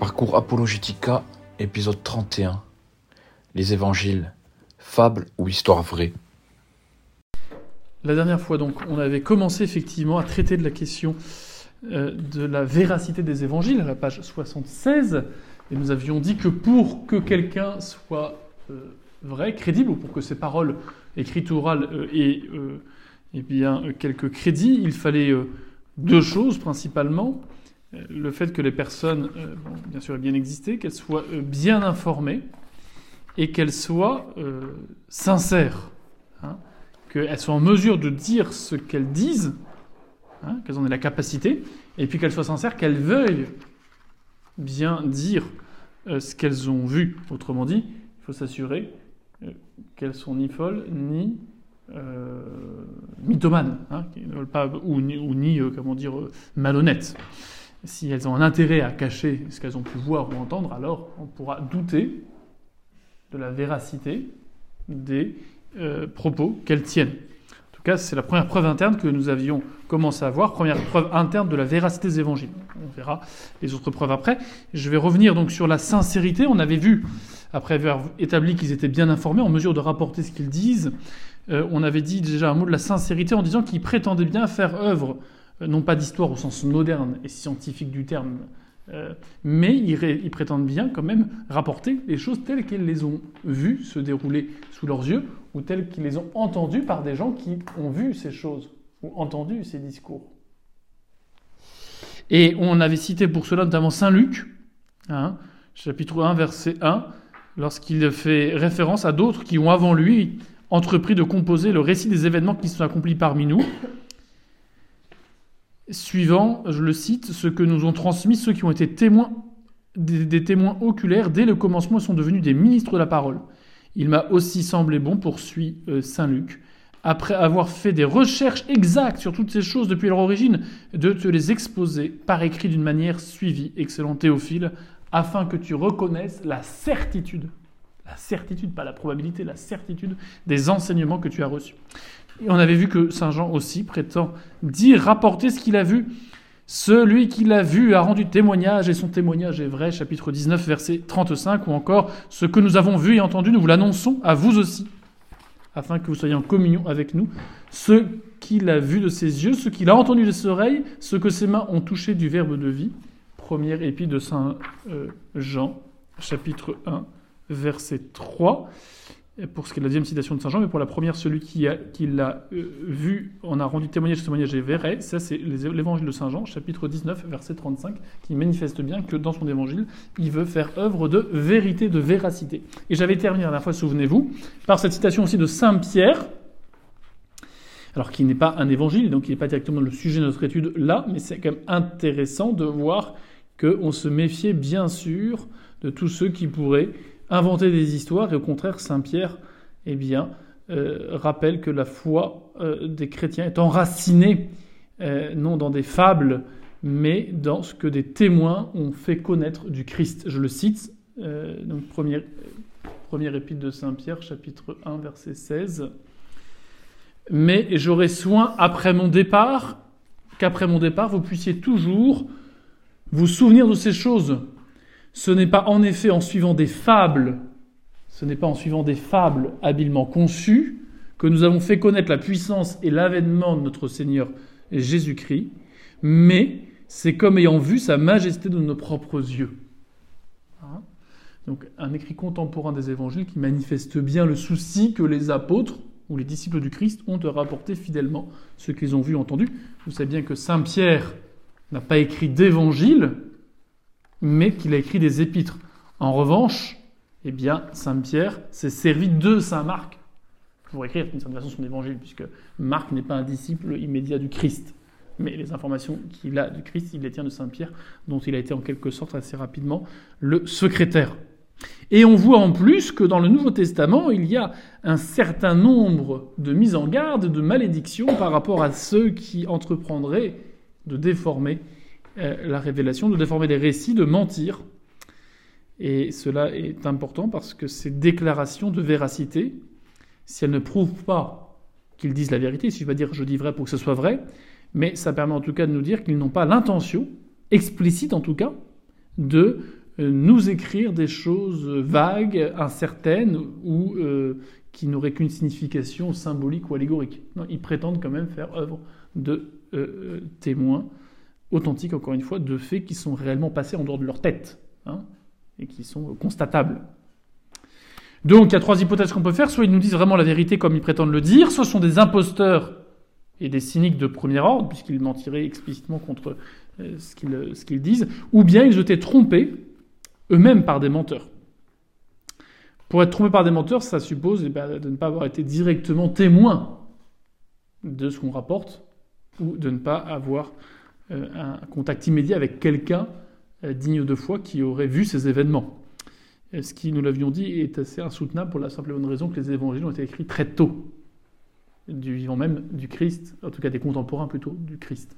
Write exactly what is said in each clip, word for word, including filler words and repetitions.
Parcours Apologetica, épisode trente et un. Les évangiles, fables ou histoires vraies. La dernière fois, donc, on avait commencé effectivement à traiter de la question euh, de la véracité des évangiles, à la page soixante-seize, et nous avions dit que pour que quelqu'un soit euh, vrai, crédible, ou pour que ses paroles écrites orales euh, aient euh, eh bien, quelques crédits, il fallait euh, deux choses principalement. Le fait que les personnes, euh, bon, bien sûr, aient bien existé, qu'elles soient euh, bien informées et qu'elles soient euh, sincères, hein, qu'elles soient en mesure de dire ce qu'elles disent, hein, qu'elles en aient la capacité, et puis qu'elles soient sincères, qu'elles veuillent bien dire euh, ce qu'elles ont vu. Autrement dit, il faut s'assurer euh, qu'elles sont ni folles, ni euh, mythomanes, hein, pas, ou ni, ou ni euh, comment dire, euh, malhonnêtes. Si elles ont un intérêt à cacher ce qu'elles ont pu voir ou entendre, alors on pourra douter de la véracité des euh, propos qu'elles tiennent. En tout cas, c'est la première preuve interne que nous avions commencé à voir, première preuve interne de la véracité des évangiles. On verra les autres preuves après. Je vais revenir donc sur la sincérité. On avait vu, après avoir établi qu'ils étaient bien informés, en mesure de rapporter ce qu'ils disent, euh, on avait dit déjà un mot de la sincérité en disant qu'ils prétendaient bien faire œuvre non pas d'histoire au sens moderne et scientifique du terme, euh, mais ils, ré, ils prétendent bien quand même rapporter les choses telles qu'elles les ont vues se dérouler sous leurs yeux, ou telles qu'ils les ont entendues par des gens qui ont vu ces choses, ou entendu ces discours. Et on avait cité pour cela notamment Saint Luc, hein, chapitre un, verset un, lorsqu'il fait référence à d'autres qui ont avant lui entrepris de composer le récit des événements qui se sont accomplis parmi nous, suivant, je le cite, ce que nous ont transmis ceux qui ont été témoins, des, des témoins oculaires dès le commencement et sont devenus des ministres de la parole. Il m'a aussi semblé bon, poursuit euh, Saint Luc, après avoir fait des recherches exactes sur toutes ces choses depuis leur origine, de te les exposer par écrit d'une manière suivie, excellent Théophile, afin que tu reconnaisses la certitude, la certitude, pas la probabilité, la certitude des enseignements que tu as reçus. Et on avait vu que Saint Jean aussi prétend dire, rapporter ce qu'il a vu. Celui qui l'a vu a rendu témoignage, et son témoignage est vrai, chapitre dix-neuf, verset trente-cinq, ou encore, ce que nous avons vu et entendu, nous vous l'annonçons à vous aussi, afin que vous soyez en communion avec nous. Ce qu'il a vu de ses yeux, ce qu'il a entendu de ses oreilles, ce que ses mains ont touché du verbe de vie. Première épître de Saint euh, Jean, chapitre un, verset trois. Pour ce qui est de la deuxième citation de Saint Jean, mais pour la première, celui qui, a, qui l'a euh, vu, on a rendu témoignage, ce témoignage est vrai. Ça, c'est l'évangile de Saint Jean, chapitre dix-neuf, verset trente-cinq, qui manifeste bien que dans son évangile, il veut faire œuvre de vérité, de véracité. Et j'avais terminé la dernière fois, souvenez-vous, par cette citation aussi de Saint Pierre, alors qui n'est pas un évangile, donc il n'est pas directement le sujet de notre étude là, mais c'est quand même intéressant de voir qu'on se méfiait bien sûr de tous ceux qui pourraient inventer des histoires, et au contraire, Saint Pierre eh bien, euh, rappelle que la foi euh, des chrétiens est enracinée, euh, non dans des fables, mais dans ce que des témoins ont fait connaître du Christ. Je le cite, euh, donc première, première épître de Saint Pierre, chapitre un, verset seize. « Mais j'aurai soin après mon départ, qu'après mon départ, vous puissiez toujours vous souvenir de ces choses. Ce n'est pas en effet en suivant des fables, ce n'est pas en suivant des fables habilement conçues que nous avons fait connaître la puissance et l'avènement de notre Seigneur Jésus-Christ, mais c'est comme ayant vu sa majesté de nos propres yeux. Hein ? Donc un écrit contemporain des évangiles qui manifeste bien le souci que les apôtres ou les disciples du Christ ont de rapporter fidèlement ce qu'ils ont vu et entendu. Vous savez bien que Saint Pierre n'a pas écrit d'évangile, mais qu'il a écrit des épîtres. En revanche, eh bien, Saint Pierre s'est servi de Saint Marc pour écrire d'une certaine façon son évangile, puisque Marc n'est pas un disciple immédiat du Christ. Mais les informations qu'il a du Christ, il les tient de Saint Pierre, dont il a été en quelque sorte assez rapidement le secrétaire. Et on voit en plus que dans le Nouveau Testament, il y a un certain nombre de mises en garde, de malédictions par rapport à ceux qui entreprendraient de déformer la révélation, de déformer les récits, de mentir. Et cela est important parce que ces déclarations de véracité, si elles ne prouvent pas qu'ils disent la vérité, si je vais dire je dis vrai pour que ce soit vrai, mais ça permet en tout cas de nous dire qu'ils n'ont pas l'intention, explicite en tout cas, de euh, nous écrire des choses vagues, incertaines, ou euh, qui n'auraient qu'une signification symbolique ou allégorique. Non, ils prétendent quand même faire œuvre de euh, témoins authentiques, encore une fois, de faits qui sont réellement passés en dehors de leur tête, hein, et qui sont constatables. Donc, il y a trois hypothèses qu'on peut faire. Soit ils nous disent vraiment la vérité comme ils prétendent le dire, soit ce sont des imposteurs et des cyniques de premier ordre, puisqu'ils mentiraient explicitement contre euh, ce, qu'ils, ce qu'ils disent, ou bien ils étaient trompés eux-mêmes par des menteurs. Pour être trompé par des menteurs, ça suppose eh ben, de ne pas avoir été directement témoin de ce qu'on rapporte, ou de ne pas avoir euh, un contact immédiat avec quelqu'un euh, digne de foi qui aurait vu ces événements. Ce qui, nous l'avions dit, est assez insoutenable pour la simple et bonne raison que les évangiles ont été écrits très tôt, du vivant même du Christ, en tout cas des contemporains plutôt du Christ.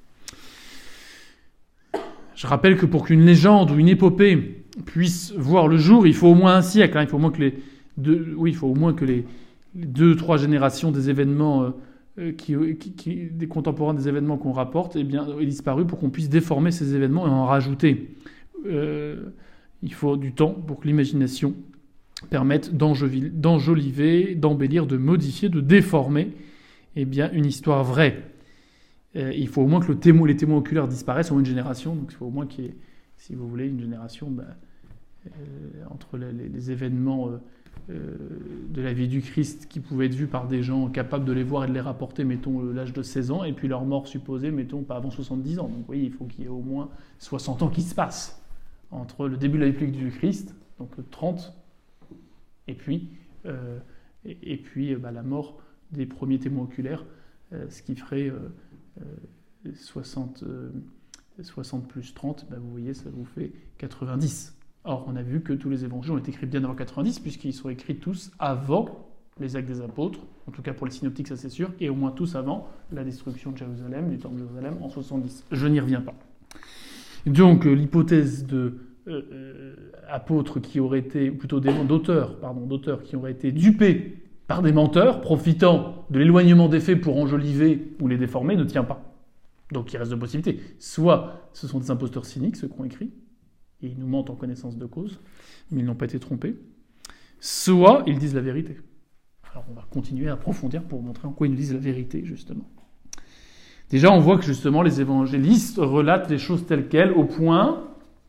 Je rappelle que pour qu'une légende ou une épopée puisse voir le jour, il faut au moins un siècle. Hein, il faut au moins que les deux, oui, il faut au moins que les, les deux, trois générations des événements euh, qui, qui, qui, des contemporains des événements qu'on rapporte, eh bien, aient disparu pour qu'on puisse déformer ces événements et en rajouter. Euh, Il faut du temps pour que l'imagination permette d'enjoliver, d'embellir, de modifier, de déformer eh bien, une histoire vraie. Euh, il faut au moins que le témoin, les témoins oculaires disparaissent en une génération. Donc il faut au moins qu'il y ait, si vous voulez, une génération bah, euh, entre les, les événements euh, euh, de la vie du Christ qui pouvaient être vus par des gens capables de les voir et de les rapporter, mettons, l'âge de seize ans, et puis leur mort supposée, mettons, pas avant soixante-dix ans. Donc vous voyez, il faut qu'il y ait au moins soixante ans qui se passent entre le début de la vie publique du Christ, donc trente, et puis, euh, et, et puis bah, la mort des premiers témoins oculaires, euh, ce qui ferait euh, euh, soixante, euh, soixante plus trente, bah, vous voyez, ça vous fait quatre-vingt-dix. Or, on a vu que tous les évangiles ont été écrits bien avant quatre-vingt-dix, puisqu'ils sont écrits tous avant les Actes des Apôtres, en tout cas pour les synoptiques, ça c'est sûr, et au moins tous avant la destruction de Jérusalem, du temple de Jérusalem, en soixante-dix. Je n'y reviens pas. Donc, euh, l'hypothèse de euh, euh, apôtres qui auraient été, ou plutôt des, d'auteurs, pardon, d'auteurs qui auraient été dupés par des menteurs, profitant de l'éloignement des faits pour enjoliver ou les déformer, ne tient pas. Donc, il reste deux possibilités. Soit ce sont des imposteurs cyniques, ceux qui ont écrit, et ils nous mentent en connaissance de cause, mais ils n'ont pas été trompés. Soit ils disent la vérité. Alors, on va continuer à approfondir pour montrer en quoi ils nous disent la vérité, justement. Déjà, on voit que justement les évangélistes relatent les choses telles quelles, au point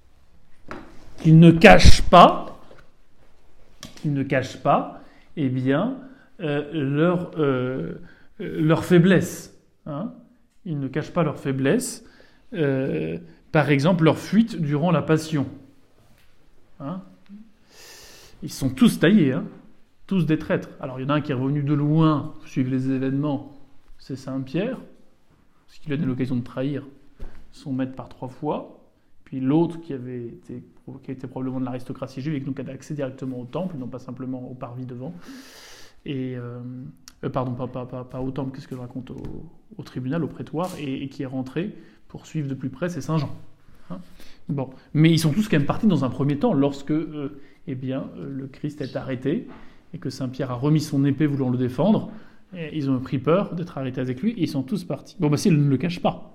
qu'ils ne cachent pas, qu'ils ne cachent pas, eh bien, euh, leur, euh, leur faiblesse. Hein. Ils ne cachent pas leur faiblesse. Euh, par exemple, leur fuite durant la Passion. Hein. Ils sont tous taillés, hein, tous des traîtres. Alors, il y en a un qui est revenu de loin, suivre les événements, c'est Saint-Pierre, parce qu'il a donné l'occasion de trahir son maître par trois fois. Puis l'autre qui avait été, qui était probablement de l'aristocratie juive et qui donc avait accès directement au temple, non pas simplement au parvis devant. Et euh, euh, pardon, pas, pas, pas, pas au temple, qu'est-ce que je raconte, au, au tribunal, au prétoire, et, et qui est rentré pour suivre de plus près, c'est Saint Jean. Hein, bon, mais ils sont tous quand même partis dans un premier temps lorsque, euh, eh bien, euh, le Christ est arrêté et que Saint Pierre a remis son épée voulant le défendre. Et ils ont pris peur d'être arrêtés avec lui et ils sont tous partis. Bon, bah, s'il ne le cache pas.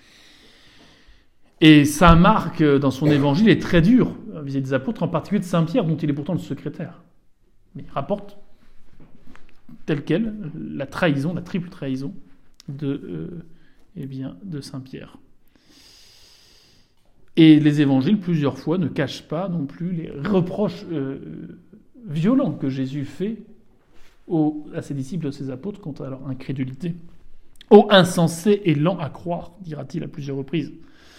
Et saint Marc, dans son évangile, est très dur vis-à-vis des apôtres, en particulier de saint Pierre, dont il est pourtant le secrétaire. Mais il rapporte, tel quel, la trahison, la triple trahison de, euh, eh bien, de saint Pierre. Et les évangiles, plusieurs fois, ne cachent pas non plus les reproches euh, violents que Jésus fait aux, à ses disciples, à ses apôtres, quant à leur incrédulité. « Ô insensé et lent à croire », dira-t-il à plusieurs reprises.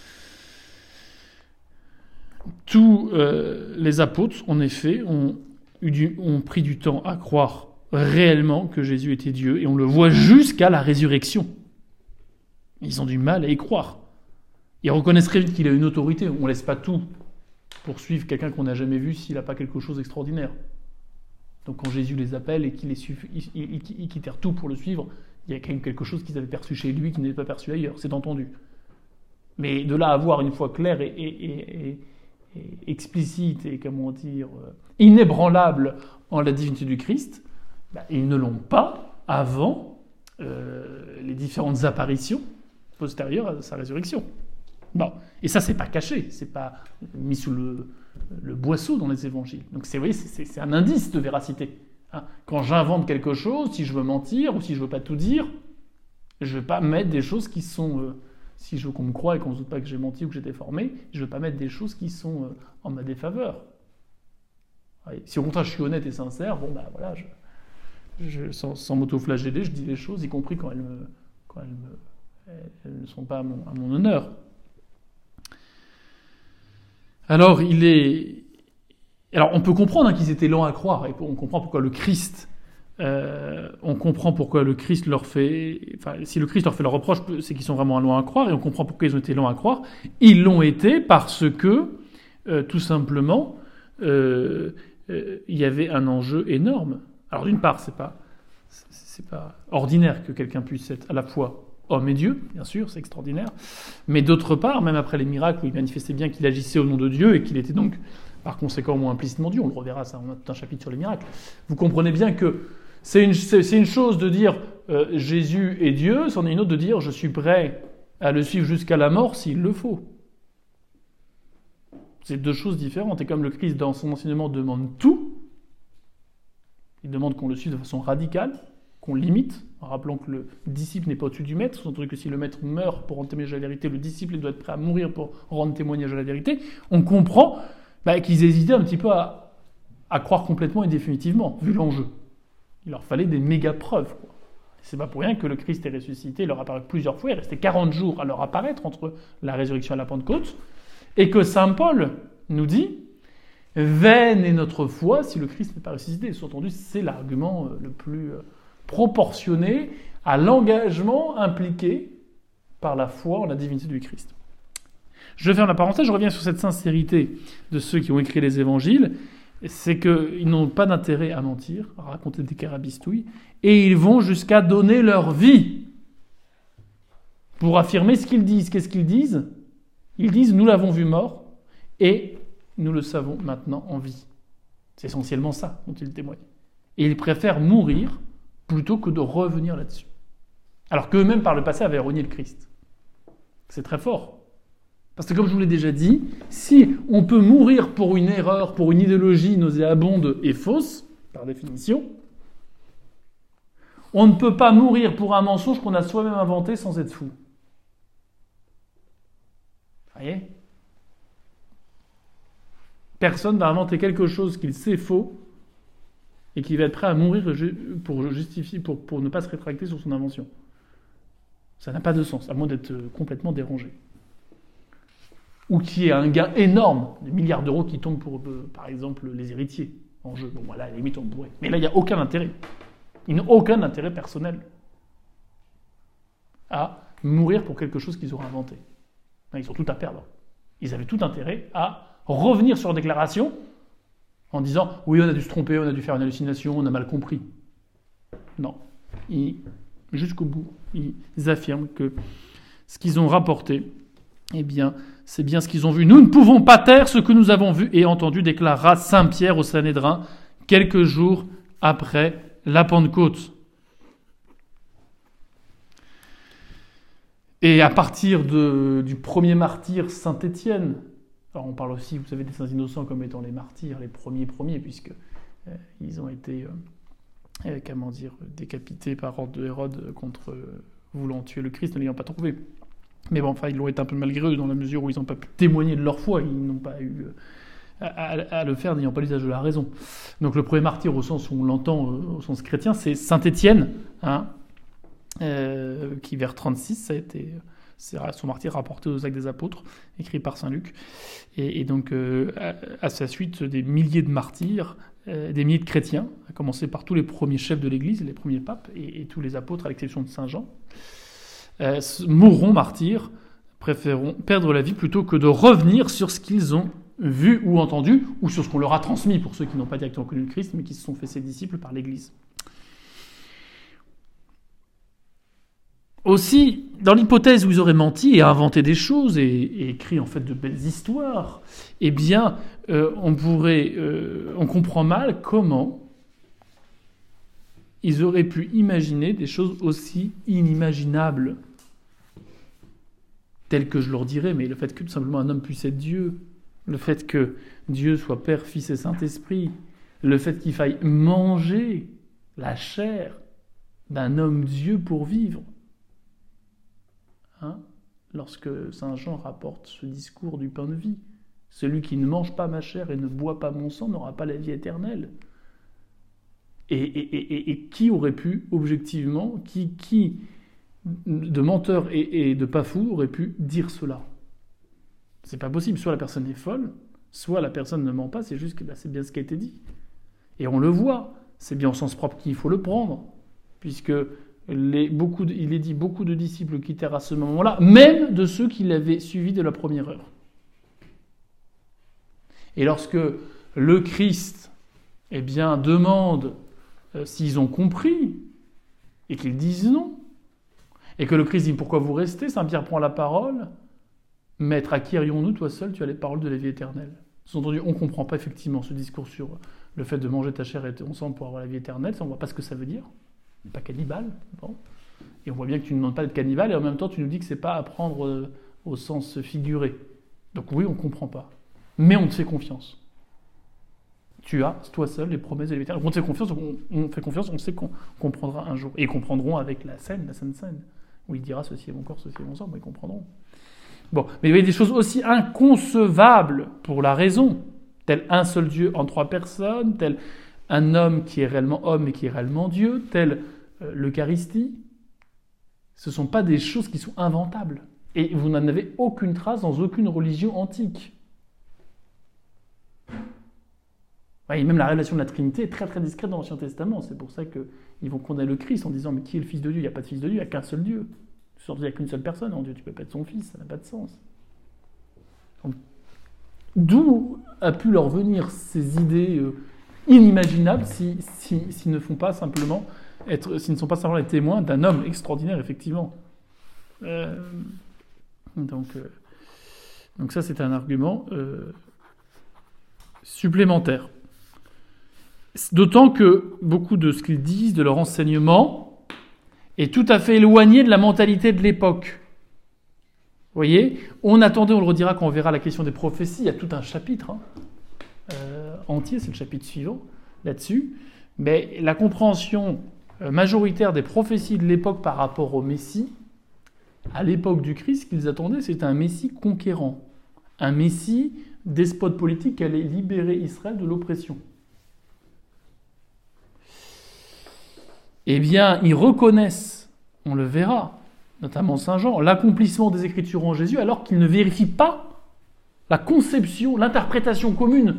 Tous euh, les apôtres, en effet, ont, eu du, ont pris du temps à croire réellement que Jésus était Dieu, et on le voit jusqu'à la résurrection. Ils ont du mal à y croire. Ils reconnaissent très vite qu'il a une autorité. On ne laisse pas tout pour suivre quelqu'un qu'on n'a jamais vu s'il n'a pas quelque chose d'extraordinaire. Donc quand Jésus les appelle et qu'ils les suivent, ils, ils, ils quittèrent tout pour le suivre, il y a quand même quelque chose qu'ils avaient perçu chez lui qu'ils n'avaient pas perçu ailleurs, c'est entendu. Mais de là à avoir une foi claire et, et, et, et, et explicite et, comment dire, inébranlable en la divinité du Christ, ben, ils ne l'ont pas avant euh, les différentes apparitions postérieures à sa résurrection. Bon. Et ça, c'est pas caché, c'est pas mis sous le, le boisseau dans les évangiles. Donc, c'est, vous voyez, c'est, c'est un indice de véracité. Hein. Quand j'invente quelque chose, si je veux mentir ou si je veux pas tout dire, je vais pas mettre des choses qui sont... Euh, si je veux qu'on me croie et qu'on ne se doute pas que j'ai menti ou que j'ai déformé, je ne vais pas mettre des choses qui sont euh, en ma défaveur. Ouais. Si au contraire je suis honnête et sincère, bon ben voilà, je, je, sans, sans m'auto-flageller, je dis les choses, y compris quand elles, me, quand elles, me, elles ne sont pas à mon, à mon honneur. Alors, il est... Alors, on peut comprendre hein, qu'ils étaient lents à croire, et on comprend pourquoi le Christ... Euh, on comprend pourquoi le Christ leur fait... Enfin, si le Christ leur fait leur reproche, c'est qu'ils sont vraiment lents à croire, et on comprend pourquoi ils ont été lents à croire. Ils l'ont été parce que, euh, tout simplement, euh, euh, il y avait un enjeu énorme. Alors, d'une part, c'est pas, c'est pas ordinaire que quelqu'un puisse être à la fois homme et Dieu, bien sûr, c'est extraordinaire. Mais d'autre part, même après les miracles où il manifestait bien qu'il agissait au nom de Dieu et qu'il était donc, par conséquent, moins implicitement Dieu, on le reverra, ça, on a tout un chapitre sur les miracles. Vous comprenez bien que c'est une, c'est, c'est une chose de dire euh, Jésus est Dieu, c'en est une autre de dire je suis prêt à le suivre jusqu'à la mort s'il le faut. C'est deux choses différentes. Et comme le Christ, dans son enseignement, demande tout, il demande qu'on le suive de façon radicale, qu'on l'imite, en rappelant que le disciple n'est pas au-dessus du maître, surtout que si le maître meurt pour rendre témoignage à la vérité, le disciple doit être prêt à mourir pour rendre témoignage à la vérité, on comprend bah, qu'ils hésitaient un petit peu à, à croire complètement et définitivement, vu l'enjeu. Il leur fallait des méga preuves. Quoi. C'est pas pour rien que le Christ est ressuscité, il leur apparaît plusieurs fois, il restait quarante jours à leur apparaître entre la résurrection et la Pentecôte, et que saint Paul nous dit « Vaine est notre foi si le Christ n'est pas ressuscité ». Sous-entendu, c'est l'argument le plus proportionné à l'engagement impliqué par la foi en la divinité du Christ. Je ferme la parenthèse, je reviens sur cette sincérité de ceux qui ont écrit les évangiles. C'est qu'ils n'ont pas d'intérêt à mentir, à raconter des carabistouilles, et ils vont jusqu'à donner leur vie pour affirmer ce qu'ils disent. Qu'est-ce qu'ils disent ? Ils disent « Nous l'avons vu mort, et nous le savons maintenant en vie ». C'est essentiellement ça dont ils témoignent. Et ils préfèrent mourir plutôt que de revenir là-dessus. Alors qu'eux-mêmes, par le passé, avaient renié le Christ. C'est très fort. Parce que comme je vous l'ai déjà dit, si on peut mourir pour une erreur, pour une idéologie nauséabonde et fausse, par définition, on ne peut pas mourir pour un mensonge qu'on a soi-même inventé sans être fou. Vous voyez ? Personne va inventer quelque chose qu'il sait faux et qui va être prêt à mourir pour justifier, pour, pour ne pas se rétracter sur son invention. Ça n'a pas de sens, à moins d'être complètement dérangé. Ou qu'il y ait un gain énorme, des milliards d'euros qui tombent pour, euh, par exemple, les héritiers en jeu. Bon, voilà, à la limite, on pourrait. Mais là, il n'y a aucun intérêt. Ils n'ont aucun intérêt personnel à mourir pour quelque chose qu'ils auraient inventé. Ils ont tout à perdre. Ils avaient tout intérêt à revenir sur leur déclaration en disant « Oui, on a dû se tromper, on a dû faire une hallucination, on a mal compris. » Non. Ils, jusqu'au bout, ils affirment que ce qu'ils ont rapporté, eh bien, c'est bien ce qu'ils ont vu. Nous ne pouvons pas taire ce que nous avons vu et entendu, déclara saint Pierre au Sanhédrin quelques jours après la Pentecôte. Et à partir de, du premier martyr, saint Étienne, alors on parle aussi, vous savez, des saints innocents comme étant les martyrs, les premiers premiers, puisque euh, ils ont été, euh, euh, comment dire, décapités par ordre de Hérode contre euh, voulant tuer le Christ, ne l'ayant pas trouvé. Mais bon, enfin, ils l'ont été un peu malgré eux, dans la mesure où ils n'ont pas pu témoigner de leur foi, ils n'ont pas eu à, à, à le faire, n'ayant pas l'usage de la raison. Donc le premier martyr, au sens où on l'entend, euh, au sens chrétien, c'est saint Étienne, hein, euh, qui vers trente-six, ça a été, c'est son martyr rapporté aux Actes des Apôtres, écrit par saint Luc. Et, et donc, euh, à, à sa suite, des milliers de martyrs, euh, des milliers de chrétiens, à commencer par tous les premiers chefs de l'Église, les premiers papes, et, et tous les apôtres, à l'exception de saint Jean, Euh, mourront martyrs, préféreront perdre la vie plutôt que de revenir sur ce qu'ils ont vu ou entendu, ou sur ce qu'on leur a transmis, pour ceux qui n'ont pas directement connu le Christ, mais qui se sont fait ses disciples par l'Église. Aussi, dans l'hypothèse où ils auraient menti et inventé des choses et, et écrit en fait de belles histoires, eh bien, euh, on pourrait, euh, on comprend mal comment ils auraient pu imaginer des choses aussi inimaginables. tel que je leur dirai, mais le fait que tout simplement un homme puisse être Dieu, le fait que Dieu soit Père, Fils et Saint-Esprit, le fait qu'il faille manger la chair d'un homme Dieu pour vivre. Hein? Lorsque Saint Jean rapporte ce discours du pain de vie, celui qui ne mange pas ma chair et ne boit pas mon sang n'aura pas la vie éternelle. Et, et, et, et qui aurait pu, objectivement, qui, qui de menteur et, et de pas fou, aurait pu dire cela? C'est pas possible. Soit la personne est folle, soit la personne ne ment pas, c'est juste que bah, c'est bien ce qui a été dit. Et on le voit, c'est bien au sens propre qu'il faut le prendre, puisque les, beaucoup de, il est dit beaucoup de disciples quittèrent à ce moment-là, même de ceux qui l'avaient suivi de la première heure. Et lorsque le Christ eh bien, demande euh, s'ils ont compris, et qu'ils disent non, et que le Christ dit « Pourquoi vous restez ?» Saint Pierre prend la parole. « Maître, à qui irions-nous? Toi seul, tu as les paroles de la vie éternelle. » Sous-entendu, on ne comprend pas effectivement ce discours sur le fait de manger ta chair et ton sang pour avoir la vie éternelle. Ça, on ne voit pas ce que ça veut dire. Pas cannibale. Bon. Et on voit bien que tu ne demandes pas d'être cannibale, et en même temps, tu nous dis que ce n'est pas à prendre euh, au sens figuré. Donc oui, on ne comprend pas. Mais on te fait confiance. Tu as, toi seul, les promesses de la vie éternelle. On te fait confiance, on, on fait confiance, on sait qu'on comprendra un jour. Et ils comprendront avec la scène, la Sainte Seine, où il dira « Ceci est mon corps, ceci est mon sang », mais ils comprendront. Bon, mais il y a des choses aussi inconcevables pour la raison, tel un seul Dieu en trois personnes, tel un homme qui est réellement homme et qui est réellement Dieu, tel euh, l'Eucharistie. Ce ne sont pas des choses qui sont inventables. Et vous n'en avez aucune trace dans aucune religion antique. Et même la révélation de la Trinité est très très discrète dans l'Ancien Testament. C'est pour ça qu'ils vont condamner le Christ en disant « Mais qui est le Fils de Dieu ? Il n'y a pas de Fils de Dieu, il n'y a qu'un seul Dieu. » Surtout, il n'y a qu'une seule personne en Dieu. Tu ne peux pas être son fils, ça n'a pas de sens. Donc, d'où a pu leur venir ces idées euh, inimaginables s'ils si, si ne font pas simplement être, s'ils ne sont pas simplement les témoins d'un homme extraordinaire, effectivement. Euh, donc, euh, donc ça, c'est un argument euh, supplémentaire. D'autant que beaucoup de ce qu'ils disent, de leur enseignement, est tout à fait éloigné de la mentalité de l'époque. Vous voyez, on attendait, on le redira quand on verra la question des prophéties, il y a tout un chapitre hein, euh, entier, c'est le chapitre suivant, là-dessus. Mais la compréhension majoritaire des prophéties de l'époque par rapport au Messie, à l'époque du Christ, ce qu'ils attendaient, c'était un Messie conquérant, un Messie despote politique qui allait libérer Israël de l'oppression. Eh bien, ils reconnaissent, on le verra, notamment Saint Jean, l'accomplissement des Écritures en Jésus, alors qu'ils ne vérifient pas la conception, l'interprétation commune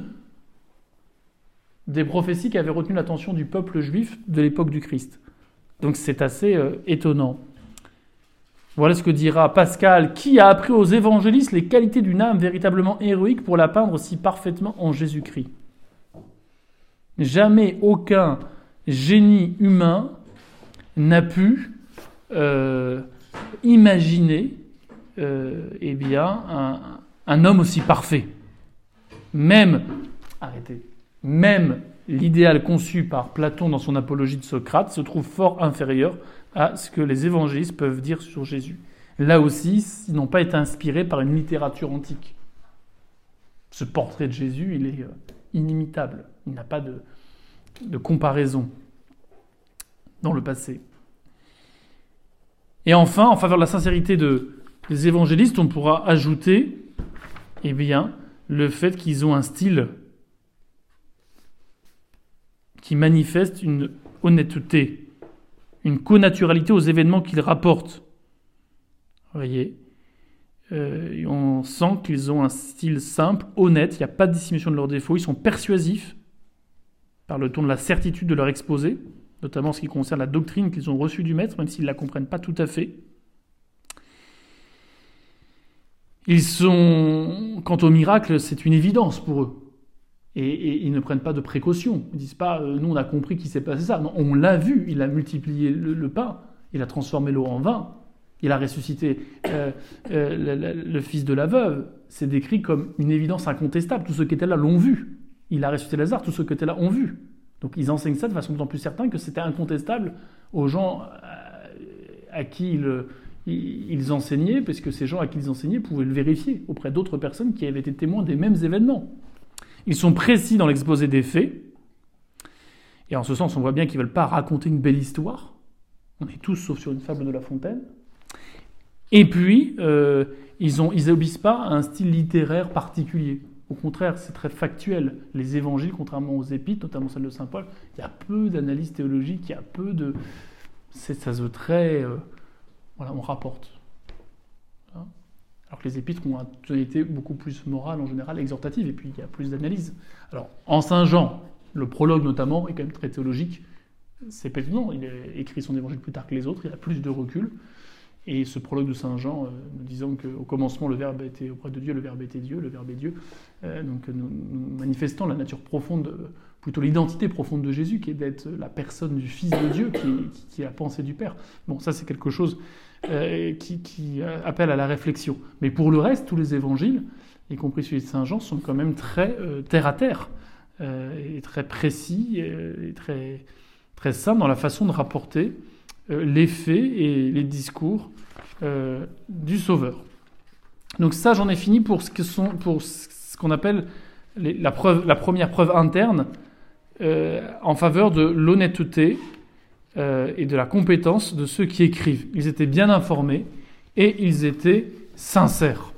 des prophéties qui avaient retenu l'attention du peuple juif de l'époque du Christ. Donc c'est assez euh, étonnant. Voilà ce que dira Pascal, qui a appris aux évangélistes les qualités d'une âme véritablement héroïque pour la peindre si parfaitement en Jésus-Christ. Jamais aucun génie humain n'a pu euh, imaginer euh, eh bien, un, un homme aussi parfait. Même, arrêtez, même l'idéal conçu par Platon dans son apologie de Socrate se trouve fort inférieur à ce que les évangélistes peuvent dire sur Jésus. Là aussi, ils n'ont pas été inspirés par une littérature antique. Ce portrait de Jésus, il est euh, inimitable. Il n'a pas de... de comparaison dans le passé. Et enfin, en faveur de la sincérité de, des évangélistes, on pourra ajouter eh bien, le fait qu'ils ont un style qui manifeste une honnêteté, une connaturalité aux événements qu'ils rapportent. Vous voyez, euh, on sent qu'ils ont un style simple, honnête, il n'y a pas de dissimulation de leurs défauts, ils sont persuasifs, par le ton de la certitude de leur exposé, notamment en ce qui concerne la doctrine qu'ils ont reçue du Maître, même s'ils ne la comprennent pas tout à fait. Ils sont, quant au miracle, c'est une évidence pour eux. Et, et ils ne prennent pas de précautions. Ils ne disent pas, euh, nous on a compris qu'il s'est passé ça. Non, on l'a vu, il a multiplié le, le pain, il a transformé l'eau en vin, il a ressuscité euh, euh, le, le, le fils de la veuve. C'est décrit comme une évidence incontestable. Tous ceux qui étaient là l'ont vu. Il a ressuscité Lazare, tous ceux qui étaient là ont vu. Donc ils enseignent ça de façon d'autant plus certaine que c'était incontestable aux gens à qui ils, ils enseignaient, parce que ces gens à qui ils enseignaient pouvaient le vérifier auprès d'autres personnes qui avaient été témoins des mêmes événements. Ils sont précis dans l'exposé des faits, et en ce sens, on voit bien qu'ils ne veulent pas raconter une belle histoire. On est tous sauf sur une fable de La Fontaine. Et puis, euh, ils n'obéissent pas à un style littéraire particulier. Au contraire, c'est très factuel. Les évangiles, contrairement aux épîtres, notamment celle de saint Paul, il y a peu d'analyse théologique, il y a peu de... C'est, ça se veut très... Euh, voilà, on rapporte. Hein, alors que les épîtres ont une tonalité beaucoup plus morale, en général, exhortative, et puis il y a plus d'analyse. Alors, en Saint Jean, le prologue notamment est quand même très théologique. C'est pas étonnant, il a écrit son évangile plus tard que les autres, il a plus de recul. Et ce prologue de Saint Jean, euh, nous disons qu'au commencement, le Verbe était auprès de Dieu, le Verbe était Dieu, le Verbe est Dieu. Euh, donc nous, nous manifestons la nature profonde, euh, plutôt l'identité profonde de Jésus, qui est d'être la personne du Fils de Dieu, qui, qui, qui est la pensée du Père. Bon, ça c'est quelque chose euh, qui, qui appelle à la réflexion. Mais pour le reste, tous les évangiles, y compris celui de Saint Jean, sont quand même très euh, terre à terre, euh, et très précis, euh, et très, très simples dans la façon de rapporter euh, les faits et les discours euh, du Sauveur. Donc ça, j'en ai fini pour ce, que sont, pour ce qu'on appelle les, la, preuve, la première preuve interne euh, en faveur de l'honnêteté euh, et de la compétence de ceux qui écrivent. Ils étaient bien informés et ils étaient sincères.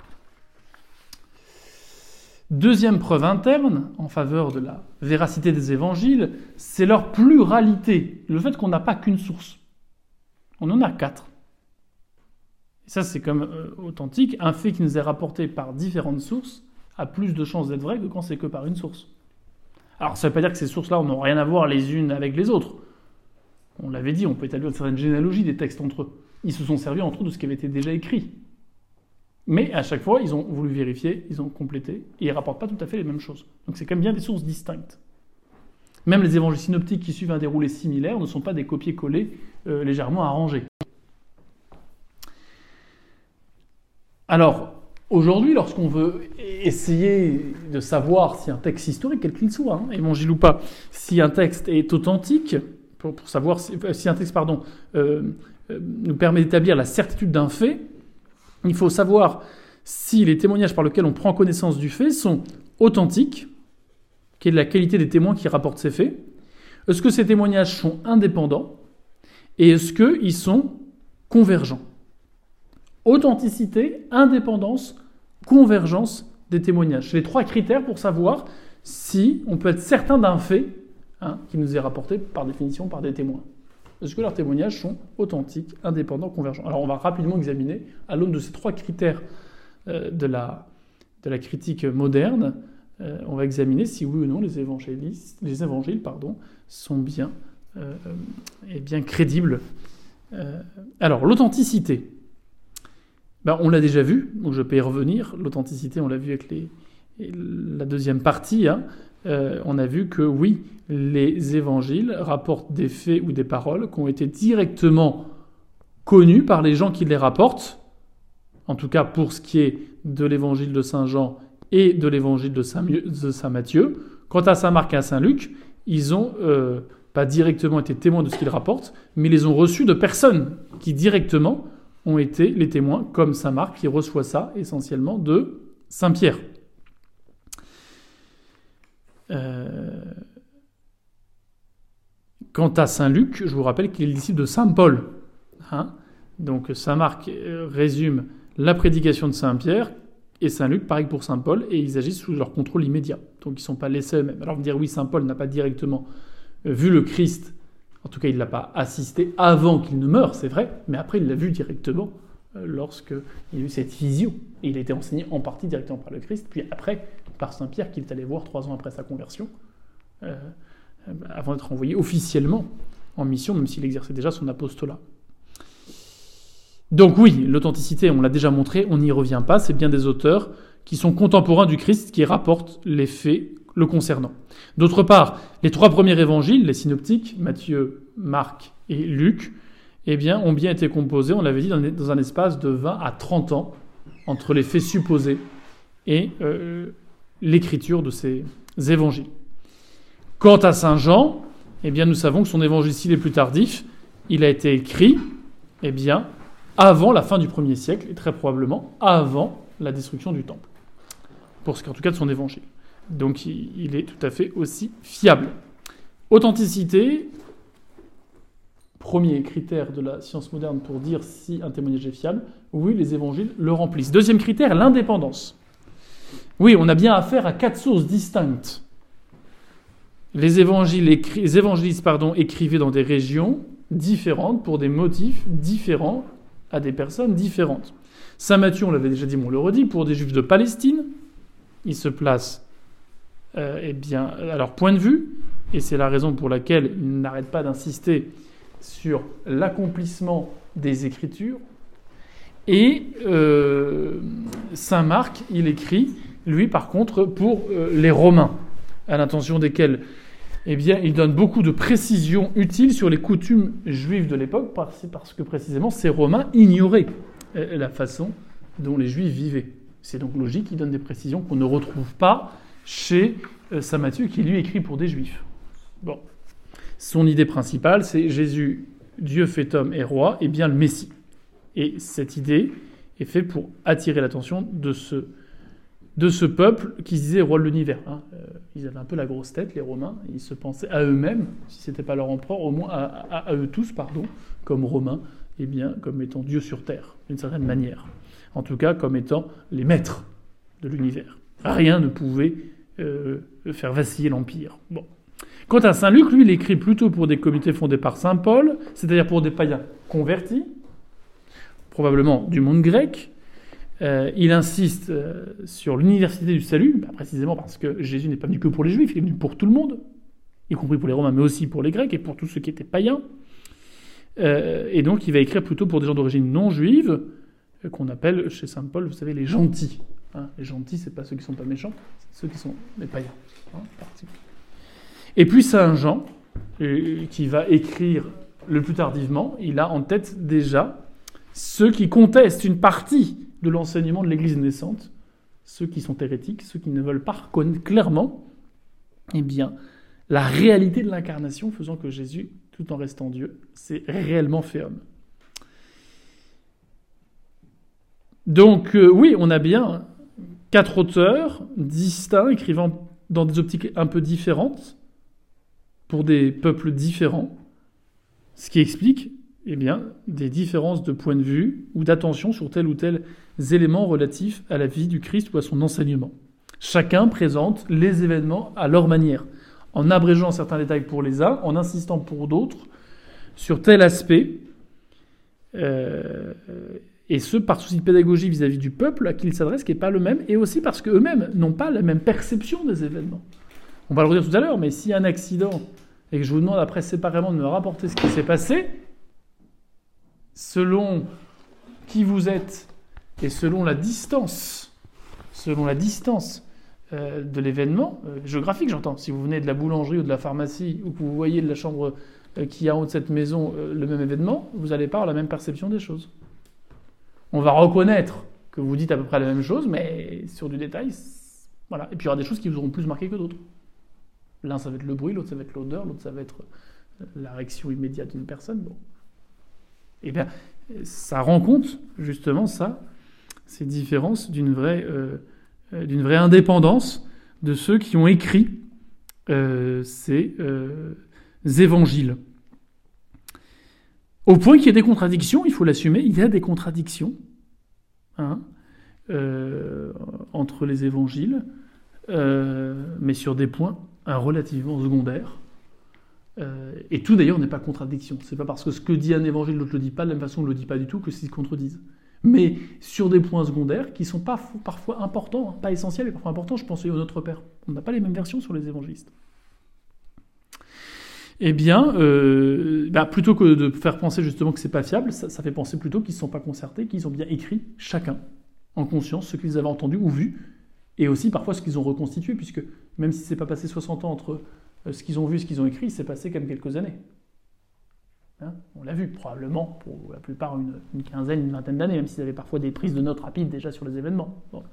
Deuxième preuve interne en faveur de la véracité des évangiles, c'est leur pluralité. Le fait qu'on n'a pas qu'une source. On en a quatre. Et ça, c'est comme euh, authentique. Un fait qui nous est rapporté par différentes sources a plus de chances d'être vrai que quand c'est que par une source. Alors, ça ne veut pas dire que ces sources-là n'ont rien à voir les unes avec les autres. On l'avait dit, on peut établir une certaine généalogie des textes entre eux. Ils se sont servis entre eux de ce qui avait été déjà écrit. Mais à chaque fois, ils ont voulu vérifier, ils ont complété, et ils ne rapportent pas tout à fait les mêmes choses. Donc c'est quand même bien des sources distinctes. Même les évangiles synoptiques qui suivent un déroulé similaire ne sont pas des copier-coller euh, légèrement arrangés. Alors, aujourd'hui, lorsqu'on veut essayer de savoir si un texte historique, quel qu'il soit, hein, évangile ou pas, si un texte est authentique, pour, pour savoir si, si un texte pardon, euh, euh, nous permet d'établir la certitude d'un fait, il faut savoir si les témoignages par lesquels on prend connaissance du fait sont authentiques, quelle est la qualité des témoins qui rapportent ces faits, est-ce que ces témoignages sont indépendants, et est-ce qu'ils sont convergents. Authenticité, indépendance, convergence des témoignages. C'est les trois critères pour savoir si on peut être certain d'un fait hein, qui nous est rapporté par définition par des témoins. Est-ce que leurs témoignages sont authentiques, indépendants, convergents? Alors on va rapidement examiner, à l'aune de ces trois critères euh, de, la, de la critique moderne, euh, on va examiner si oui ou non les, évangélistes, les évangiles pardon, sont bien, euh, et bien crédibles. Euh, alors l'authenticité, ben, on l'a déjà vu, donc je peux y revenir. L'authenticité, on l'a vu avec les, la deuxième partie, hein. Euh, on a vu que oui, les évangiles rapportent des faits ou des paroles qui ont été directement connus par les gens qui les rapportent, en tout cas pour ce qui est de l'évangile de Saint Jean et de l'évangile de Saint, de Saint Matthieu. Quant à Saint Marc et à Saint Luc, ils n'ont euh, pas directement été témoins de ce qu'ils rapportent, mais ils les ont reçus de personnes qui directement ont été les témoins, comme Saint Marc qui reçoit ça essentiellement de Saint Pierre. Euh... Quant à Saint Luc, je vous rappelle qu'il est le disciple de Saint Paul. Hein Donc Saint Marc résume la prédication de Saint Pierre et Saint Luc, pareil pour Saint Paul, et ils agissent sous leur contrôle immédiat. Donc ils ne sont pas laissés eux-mêmes. Alors vous dire oui, Saint Paul n'a pas directement vu le Christ, en tout cas il ne l'a pas assisté avant qu'il ne meure, c'est vrai, mais après il l'a vu directement lorsqu'il y a eu cette vision. Et il a été enseigné en partie directement par le Christ, puis après par Saint Pierre qu'il est allé voir trois ans après sa conversion, euh, avant d'être envoyé officiellement en mission, même s'il exerçait déjà son apostolat. Donc oui, l'authenticité, on l'a déjà montré, on n'y revient pas, c'est bien des auteurs qui sont contemporains du Christ qui rapportent les faits le concernant. D'autre part, les trois premiers évangiles, les synoptiques, Matthieu, Marc et Luc, eh bien, ont bien été composés, on l'avait dit, dans un espace de vingt à trente ans entre les faits supposés et euh, l'écriture de ces évangiles. Quant à Saint Jean, eh bien, nous savons que son évangile, s'il est plus tardif, il a été écrit eh bien, avant la fin du premier siècle, et très probablement avant la destruction du temple, pour ce qui est en tout cas de son évangile. Donc il est tout à fait aussi fiable. Authenticité, premier critère de la science moderne pour dire si un témoignage est fiable, oui, les évangiles le remplissent. Deuxième critère, l'indépendance. Oui, on a bien affaire à quatre sources distinctes. Les, évangiles écri- les évangélistes pardon, écrivaient dans des régions différentes pour des motifs différents à des personnes différentes. Saint Matthieu, on l'avait déjà dit, mais on le redit, pour des Juifs de Palestine, il se place euh, eh bien, à leur point de vue, et c'est la raison pour laquelle il n'arrête pas d'insister sur l'accomplissement des Écritures. Et euh, Saint Marc, il écrit, lui, par contre, pour euh, les Romains, à l'intention desquels eh bien, il donne beaucoup de précisions utiles sur les coutumes juives de l'époque, parce, parce que précisément ces Romains ignoraient euh, la façon dont les Juifs vivaient. C'est donc logique, il donne des précisions qu'on ne retrouve pas chez euh, Saint Matthieu, qui lui écrit pour des Juifs. Bon. Son idée principale, c'est Jésus, Dieu fait homme et roi, et bien le Messie. Et cette idée est faite pour attirer l'attention de ce, de ce peuple qui se disait roi de l'univers. Hein. Euh, ils avaient un peu la grosse tête, les Romains. Ils se pensaient à eux-mêmes, si ce n'était pas leur empereur, au moins à, à, à eux tous, pardon, comme Romains, et bien comme étant Dieu sur terre, d'une certaine manière. En tout cas, comme étant les maîtres de l'univers. Rien ne pouvait euh, faire vaciller l'Empire. Bon. Quant à Saint Luc, lui, il écrit plutôt pour des communautés fondées par Saint Paul, c'est-à-dire pour des païens convertis, probablement du monde grec. Euh, il insiste euh, sur l'université du salut, bah, précisément parce que Jésus n'est pas venu que pour les Juifs, il est venu pour tout le monde, y compris pour les Romains, mais aussi pour les Grecs et pour tous ceux qui étaient païens. Euh, et donc, il va écrire plutôt pour des gens d'origine non juive, euh, qu'on appelle chez Saint Paul, vous savez, les gentils. Hein, les gentils, c'est pas ceux qui sont pas méchants, c'est ceux qui sont les païens. Hein, et puis Saint Jean, euh, qui va écrire le plus tardivement, il a en tête déjà ceux qui contestent une partie de l'enseignement de l'Église naissante, ceux qui sont hérétiques, ceux qui ne veulent pas reconnaître clairement eh bien, la réalité de l'incarnation, faisant que Jésus, tout en restant Dieu, s'est réellement fait homme. Donc euh, oui, on a bien quatre auteurs distincts, écrivant dans des optiques un peu différentes, pour des peuples différents, ce qui explique eh bien, des différences de point de vue ou d'attention sur tel ou tel élément relatif à la vie du Christ ou à son enseignement. Chacun présente les événements à leur manière, en abrégeant certains détails pour les uns, en insistant pour d'autres sur tel aspect, euh, et ce, par souci de pédagogie vis-à-vis du peuple à qui ils s'adressent, qui n'est pas le même, et aussi parce qu'eux-mêmes n'ont pas la même perception des événements. On va le redire tout à l'heure, mais s'il y a un accident et que je vous demande après séparément de me rapporter ce qui s'est passé, selon qui vous êtes et selon la distance, selon la distance euh, de l'événement, euh, géographique j'entends, si vous venez de la boulangerie ou de la pharmacie ou que vous voyez de la chambre euh, qui est en haut de cette maison euh, le même événement, vous n'allez pas avoir la même perception des choses. On va reconnaître que vous dites à peu près la même chose, mais sur du détail, voilà. Et puis il y aura des choses qui vous auront plus marqué que d'autres. L'un, ça va être le bruit, l'autre, ça va être l'odeur, l'autre, ça va être la réaction immédiate d'une personne. Bon. Eh bien, ça rend compte, justement, ça, ces différences d'une vraie, euh, d'une vraie indépendance de ceux qui ont écrit euh, ces euh, évangiles. Au point qu'il y a des contradictions, il faut l'assumer, il y a des contradictions hein, euh, entre les évangiles, euh, mais sur des points hein, relativement secondaires. Euh, et tout d'ailleurs n'est pas contradiction. C'est pas parce que ce que dit un évangile, l'autre le dit pas de la même façon, on le dit pas du tout, que s'ils se contredisent. Mais sur des points secondaires qui sont pas, parfois importants, hein, pas essentiels, mais parfois importants, je pense au Notre Père. On n'a pas les mêmes versions sur les évangélistes. Eh bien, euh, bah, plutôt que de faire penser justement que c'est pas fiable, ça, ça fait penser plutôt qu'ils ne sont pas concertés, qu'ils ont bien écrit chacun, en conscience, ce qu'ils avaient entendu ou vu, et aussi parfois ce qu'ils ont reconstitué, puisque même si c'est pas passé soixante ans entre ce qu'ils ont vu et ce qu'ils ont écrit, il s'est passé quand même quelques années. Hein, on l'a vu, probablement, pour la plupart, une, une quinzaine, une vingtaine d'années, même s'il y avait parfois des prises de notes rapides déjà sur les événements. Bon.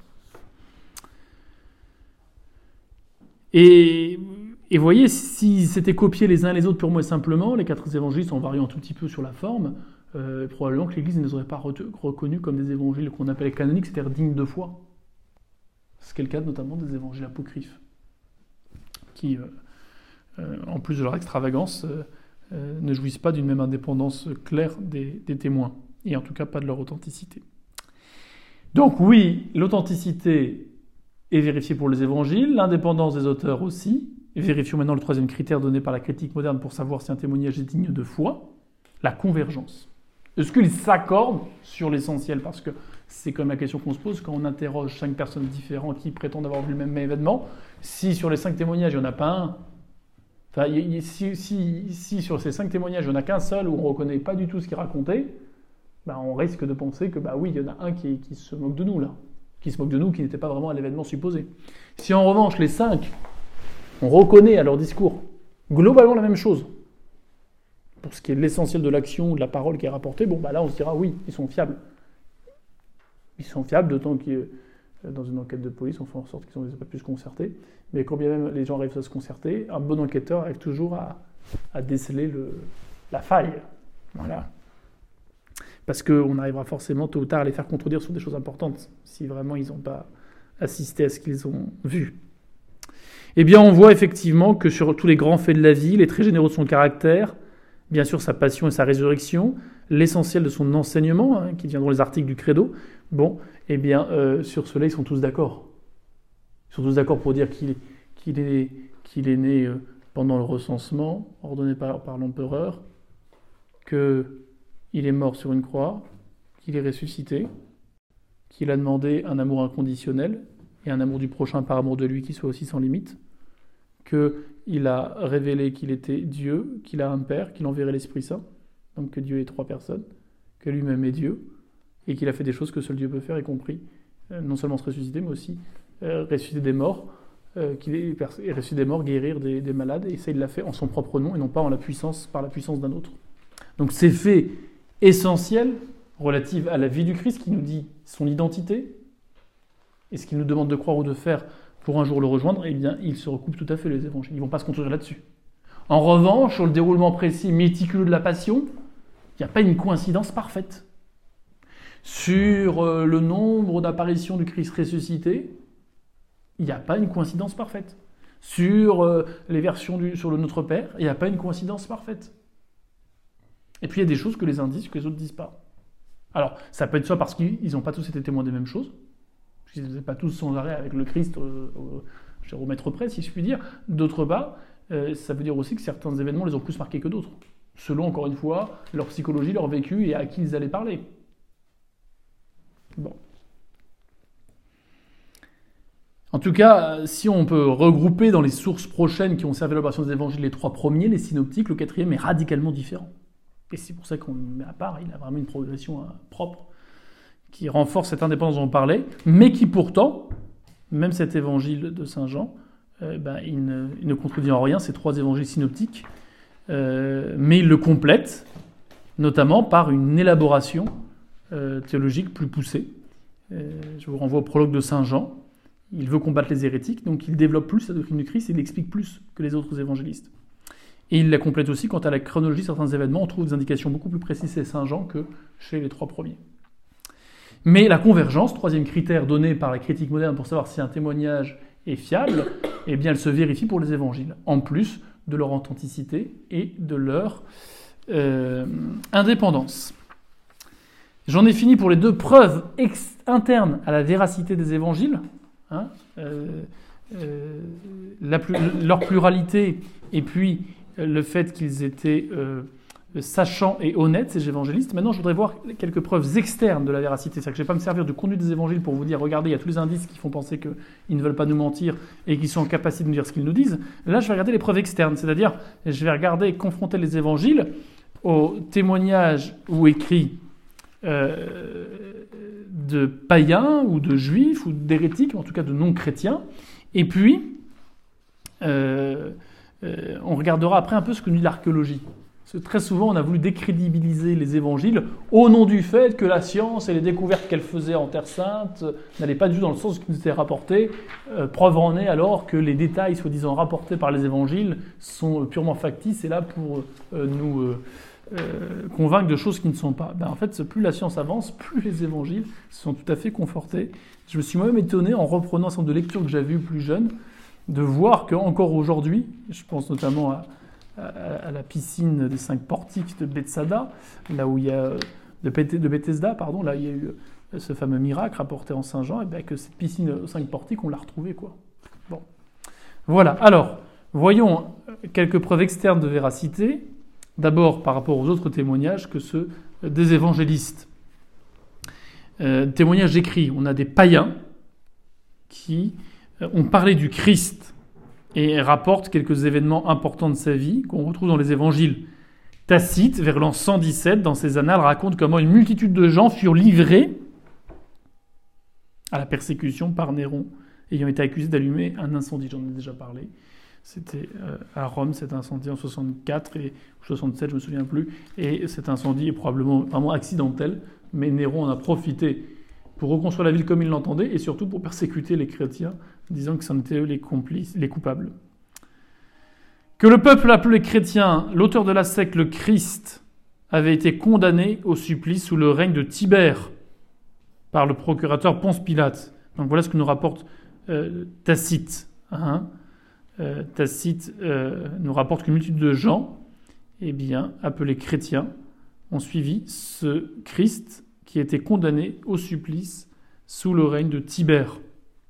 Et, et voyez, s'ils s'étaient copiés les uns les autres purement et simplement, les quatre évangélistes en variant un tout petit peu sur la forme, euh, probablement que l'Église ne les aurait pas re- reconnus comme des évangiles qu'on appelle canoniques, c'est-à-dire dignes de foi. C'est le cas notamment des évangiles apocryphes, qui, euh, euh, en plus de leur extravagance, euh, euh, ne jouissent pas d'une même indépendance claire des, des témoins, et en tout cas pas de leur authenticité. Donc oui, l'authenticité est vérifiée pour les évangiles, l'indépendance des auteurs aussi. Vérifions maintenant le troisième critère donné par la critique moderne pour savoir si un témoignage est digne de foi, la convergence. Est-ce qu'ils s'accordent sur l'essentiel? Parce que c'est quand même la question qu'on se pose quand on interroge cinq personnes différentes qui prétendent avoir vu le même événement. Si sur les cinq témoignages, il n'y en a pas un, enfin, si, si, si sur ces cinq témoignages, il n'y en a qu'un seul où on ne reconnaît pas du tout ce qu'il racontait, ben on risque de penser que bah oui, il y en a un qui, qui se moque de nous là, qui se moque de nous, qui n'était pas vraiment à l'événement supposé. Si en revanche les cinq, on reconnaît à leur discours globalement la même chose, pour ce qui est de l'essentiel de l'action, de la parole qui est rapportée, bon bah là on se dira oui, ils sont fiables. Ils sont fiables, d'autant que dans une enquête de police, on fait en sorte qu'ils n'ont pas pu se concerter. Mais quand bien même les gens arrivent à se concerter, un bon enquêteur arrive toujours à, à déceler le, la faille. Voilà. Parce qu'on arrivera forcément tôt ou tard à les faire contredire sur des choses importantes, si vraiment ils n'ont pas assisté à ce qu'ils ont vu. Eh bien, on voit effectivement que sur tous les grands faits de la vie, il est très généreux de son caractère, bien sûr sa passion et sa résurrection, l'essentiel de son enseignement, hein, qui deviendront les articles du credo. Bon, eh bien, euh, sur cela, ils sont tous d'accord. Ils sont tous d'accord pour dire qu'il, qu'il, est, qu'il est né euh, pendant le recensement, ordonné par, par l'empereur, qu'il est mort sur une croix, qu'il est ressuscité, qu'il a demandé un amour inconditionnel, et un amour du prochain par amour de lui qui soit aussi sans limite, qu'il a révélé qu'il était Dieu, qu'il a un Père, qu'il enverrait l'Esprit Saint, donc que Dieu est trois personnes, que lui-même est Dieu, et qu'il a fait des choses que seul Dieu peut faire, y compris euh, non seulement se ressusciter, mais aussi euh, ressusciter des morts, euh, qu'il est, est ressuscité des morts, guérir des, des malades, et ça il l'a fait en son propre nom, et non pas en la puissance, par la puissance d'un autre. Donc ces faits essentiels, relatifs à la vie du Christ, qui nous dit son identité, et ce qu'il nous demande de croire ou de faire pour un jour le rejoindre, eh bien, ils se recoupent tout à fait les évangiles. Ils ne vont pas se contredire là-dessus. En revanche, sur le déroulement précis, méticuleux de la passion, il n'y a pas une coïncidence parfaite. Sur euh, le nombre d'apparitions du Christ ressuscité, il n'y a pas une coïncidence parfaite. Sur euh, les versions du, sur le Notre Père, il n'y a pas une coïncidence parfaite. Et puis il y a des choses que les uns disent que les autres ne disent pas. Alors, ça peut être soit parce qu'ils n'ont pas tous été témoins des mêmes choses, ils ne faisaient pas tous sans arrêt avec le Christ euh, au, au maître près, si je puis dire. D'autre part, euh, ça veut dire aussi que certains événements les ont plus marqués que d'autres, selon, encore une fois, leur psychologie, leur vécu et à qui ils allaient parler. Bon. En tout cas, si on peut regrouper dans les sources prochaines qui ont servi à l'élaboration des évangiles les trois premiers, les synoptiques, le quatrième est radicalement différent. Et c'est pour ça qu'on le met à part, il a vraiment une progression hein, propre, qui renforce cette indépendance dont on parlait, mais qui pourtant, même cet évangile de Saint Jean, euh, ben, il, ne, il ne contredit en rien ces trois évangiles synoptiques, euh, mais il le complète, notamment par une élaboration euh, théologique plus poussée. Euh, je vous renvoie au prologue de Saint Jean. Il veut combattre les hérétiques, donc il développe plus la doctrine du Christ, il l'explique plus que les autres évangélistes. Et il la complète aussi quant à la chronologie de certains événements, on trouve des indications beaucoup plus précises chez Saint Jean que chez les trois premiers. Mais la convergence, troisième critère donné par la critique moderne pour savoir si un témoignage est fiable, eh bien elle se vérifie pour les évangiles, en plus de leur authenticité et de leur euh, indépendance. J'en ai fini pour les deux preuves ex- internes à la véracité des évangiles, hein, euh, euh, la plus, leur pluralité et puis le fait qu'ils étaient euh, sachants et honnêtes, ces évangélistes. Maintenant, je voudrais voir quelques preuves externes de la véracité. C'est-à-dire que je ne vais pas me servir de contenu des évangiles pour vous dire, regardez, il y a tous les indices qui font penser qu'ils ne veulent pas nous mentir et qu'ils sont en capacité de nous dire ce qu'ils nous disent. Là, je vais regarder les preuves externes, c'est-à-dire, je vais regarder, confronter les évangiles aux témoignages ou écrits euh, de païens ou de juifs ou d'hérétiques, en tout cas de non-chrétiens. Et puis, euh, euh, on regardera après un peu ce que nous dit l'archéologie. Parce que très souvent, on a voulu décrédibiliser les évangiles au nom du fait que la science et les découvertes qu'elle faisait en Terre Sainte n'allaient pas du tout dans le sens qui nous était rapporté. Euh, preuve en est alors que les détails soi-disant rapportés par les évangiles sont purement factices et là pour euh, nous, euh, euh, convaincre de choses qui ne sont pas. Ben, en fait, plus la science avance, plus les évangiles sont tout à fait confortés. Je me suis moi-même étonné, en reprenant un certain nombre de lectures que j'avais eues plus jeune, de voir qu'encore aujourd'hui, je pense notamment à, à, à la piscine des cinq portiques de Bethsaida, là où il y a, de, Beth- de Bethesda, pardon, là il y a eu ce fameux miracle rapporté en Saint Jean, et bien que cette piscine aux cinq portiques, on l'a retrouvée, quoi. Bon. Voilà. Alors, voyons quelques preuves externes de véracité. D'abord, par rapport aux autres témoignages que ceux des évangélistes. Euh, témoignages écrits. On a des païens qui ont parlé du Christ et rapportent quelques événements importants de sa vie qu'on retrouve dans les évangiles. Tacite, vers l'an cent dix-sept, dans ses annales, raconte comment une multitude de gens furent livrés à la persécution par Néron, ayant été accusés d'allumer un incendie. J'en ai déjà parlé. C'était euh, à Rome, cet incendie en soixante-quatre et soixante-sept, je ne me souviens plus. Et cet incendie est probablement vraiment accidentel, mais Néron en a profité pour reconstruire la ville comme il l'entendait et surtout pour persécuter les chrétiens, disant que c'en étaient eux les complices, les coupables. Que le peuple appelé chrétien, l'auteur de la secte, le Christ, avait été condamné au supplice sous le règne de Tibère par le procurateur Ponce Pilate. Donc voilà ce que nous rapporte euh, Tacite. Hein Euh, Tacite euh, nous rapporte qu'une multitude de gens, eh bien, appelés chrétiens, ont suivi ce Christ qui a été condamné au supplice sous le règne de Tibère.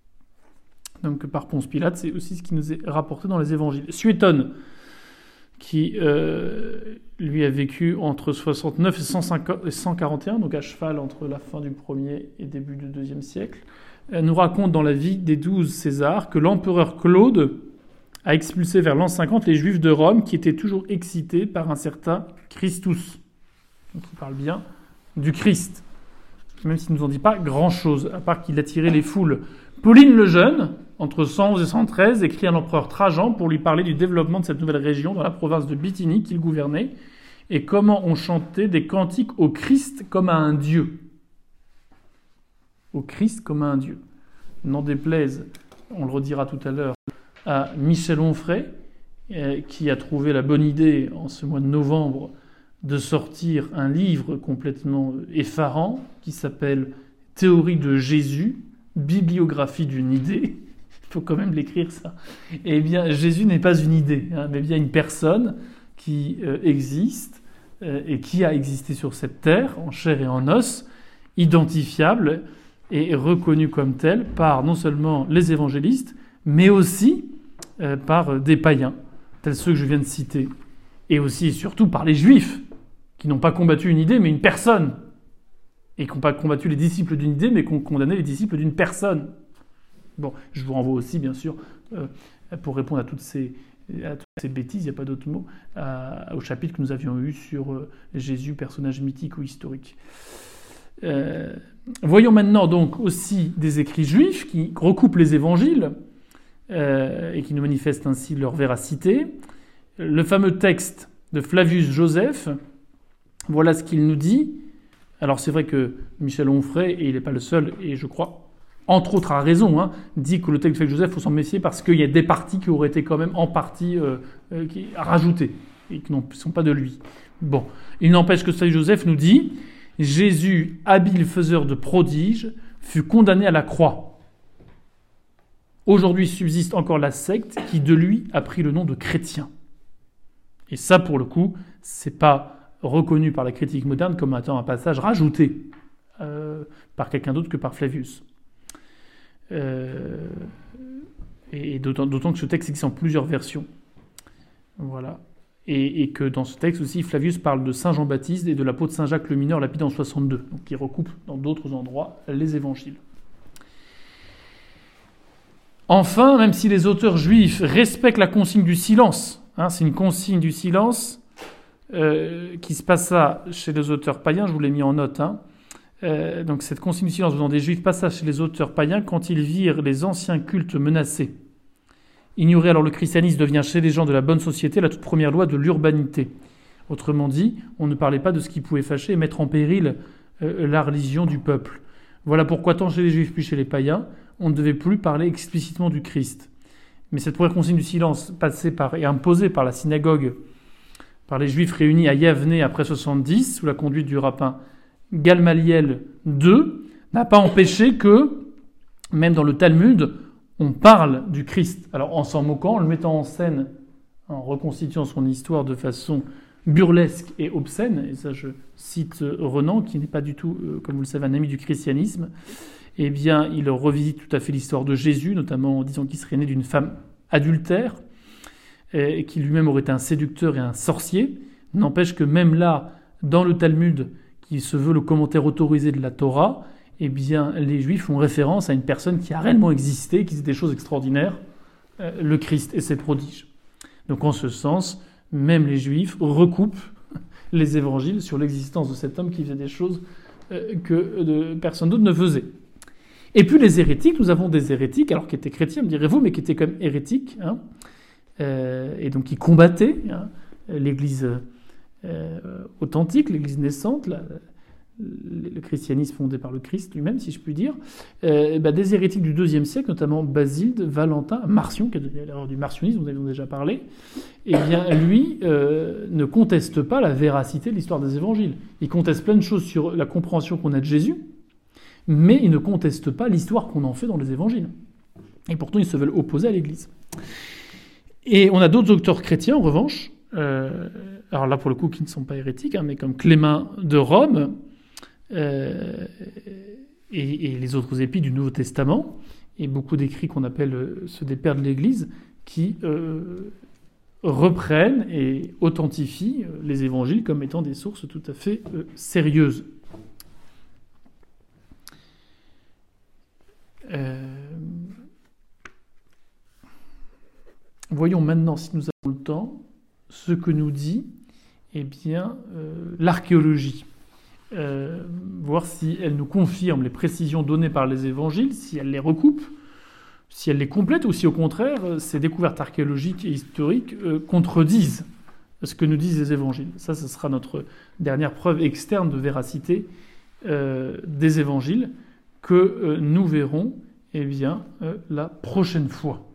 Donc par Ponce Pilate, c'est aussi ce qui nous est rapporté dans les évangiles. Suétone, qui euh, lui a vécu entre soixante-neuf et cent quarante et un, donc à cheval entre la fin du premier et début du deuxième siècle, euh, nous raconte dans la vie des douze Césars que l'empereur Claude a expulsé vers l'an cinquante les Juifs de Rome qui étaient toujours excités par un certain Christus. Donc il parle bien du Christ, même s'il ne nous en dit pas grand-chose, à part qu'il attirait les foules. Pauline le Jeune, entre cent onze et cent treize, écrit à l'empereur Trajan pour lui parler du développement de cette nouvelle région dans la province de Bithynie qu'il gouvernait, et comment on chantait des cantiques au Christ comme à un dieu. Au Christ comme à un dieu. N'en déplaise, on le redira tout à l'heure, à Michel Onfray, euh, qui a trouvé la bonne idée, en ce mois de novembre, de sortir un livre complètement effarant, qui s'appelle « Théorie de Jésus, bibliographie d'une idée ». Il faut quand même l'écrire, ça. Eh bien, Jésus n'est pas une idée, hein, mais bien une personne qui euh, existe, euh, et qui a existé sur cette terre, en chair et en os, identifiable et reconnue comme telle par non seulement les évangélistes, mais aussi euh, par des païens, tels ceux que je viens de citer, et aussi et surtout par les Juifs, qui n'ont pas combattu une idée, mais une personne, et qui n'ont pas combattu les disciples d'une idée, mais qui ont condamné les disciples d'une personne. Bon, je vous renvoie aussi, bien sûr, euh, pour répondre à toutes ces, à toutes ces bêtises, il n'y a pas d'autre mot, à, au chapitre que nous avions eu sur euh, Jésus, personnage mythique ou historique. Euh, voyons maintenant donc aussi des écrits juifs qui recoupent les évangiles, Euh, et qui nous manifestent ainsi leur véracité. Le fameux texte de Flavius Joseph, voilà ce qu'il nous dit. Alors c'est vrai que Michel Onfray, et il n'est pas le seul, et je crois, entre autres à raison, hein, dit que le texte de Flavius Joseph, il faut s'en méfier parce qu'il y a des parties qui auraient été quand même en partie euh, euh, qui, rajoutées, et qui ne sont pas de lui. Bon, il n'empêche que Flavius Joseph nous dit « Jésus, habile faiseur de prodiges, fut condamné à la croix. Aujourd'hui subsiste encore la secte qui de lui a pris le nom de chrétien. » Et ça, pour le coup, c'est pas reconnu par la critique moderne comme étant un passage rajouté euh, par quelqu'un d'autre que par Flavius. Euh, et d'autant, d'autant que ce texte existe en plusieurs versions. Voilà. Et, et que dans ce texte aussi, Flavius parle de Saint Jean-Baptiste et de l'apôtre Saint Jacques le Mineur lapidé en soixante-deux, donc qui recoupe dans d'autres endroits les évangiles. Enfin, même si les auteurs juifs respectent la consigne du silence, hein, c'est une consigne du silence euh, qui se passa chez les auteurs païens, je vous l'ai mis en note, hein, euh, donc cette consigne du silence venant des juifs passa chez les auteurs païens quand ils virent les anciens cultes menacés. Ignorer alors le christianisme devient chez les gens de la bonne société la toute première loi de l'urbanité. Autrement dit, on ne parlait pas de ce qui pouvait fâcher et mettre en péril euh, la religion du peuple. Voilà pourquoi tant chez les juifs puis chez les païens, on ne devait plus parler explicitement du Christ. Mais cette première consigne du silence passée par, et imposée par la synagogue par les Juifs réunis à Yavne après soixante-dix, sous la conduite du rabbin Gamaliel deux, n'a pas empêché que, même dans le Talmud, on parle du Christ. Alors en s'en moquant, en le mettant en scène, en reconstituant son histoire de façon burlesque et obscène, et ça je cite Renan, qui n'est pas du tout, comme vous le savez, un ami du christianisme, eh bien il revisite tout à fait l'histoire de Jésus, notamment en disant qu'il serait né d'une femme adultère, et qui lui-même aurait été un séducteur et un sorcier. N'empêche que même là, dans le Talmud, qui se veut le commentaire autorisé de la Torah, eh bien, les Juifs font référence à une personne qui a réellement existé, qui faisait des choses extraordinaires, euh, le Christ et ses prodiges. Donc en ce sens, même les Juifs recoupent les évangiles sur l'existence de cet homme qui faisait des choses euh, que de, personne d'autre ne faisait. Et puis les hérétiques, nous avons des hérétiques, alors qui étaient chrétiens, me direz-vous, mais qui étaient quand même hérétiques, hein, euh, et donc qui combattaient hein, l'Église euh, authentique, l'Église naissante, la, le christianisme fondé par le Christ lui-même, si je puis dire, euh, bah, des hérétiques du deuxième siècle, notamment Basilde, Valentin, Marcion, qui est l'erreur du marcionisme, nous avions déjà parlé, eh bien, lui euh, ne conteste pas la véracité de l'histoire des évangiles. Il conteste plein de choses sur la compréhension qu'on a de Jésus, mais il ne conteste pas l'histoire qu'on en fait dans les évangiles. Et pourtant, ils se veulent opposer à l'Église. Et on a d'autres auteurs chrétiens, en revanche, euh, alors là, pour le coup, qui ne sont pas hérétiques, hein, mais comme Clément de Rome, Euh, et, et les autres épîtres du Nouveau Testament, et beaucoup d'écrits qu'on appelle euh, ceux des pères de l'Église, qui euh, reprennent et authentifient euh, les évangiles comme étant des sources tout à fait euh, sérieuses. Euh... Voyons maintenant, si nous avons le temps, ce que nous dit eh bien, euh, l'archéologie. Euh, voir si elle nous confirme les précisions données par les évangiles, si elle les recoupe, si elle les complète, ou si au contraire, ces découvertes archéologiques et historiques euh, contredisent ce que nous disent les évangiles. Ça, ce sera notre dernière preuve externe de véracité euh, des évangiles que euh, nous verrons eh bien, euh, la prochaine fois.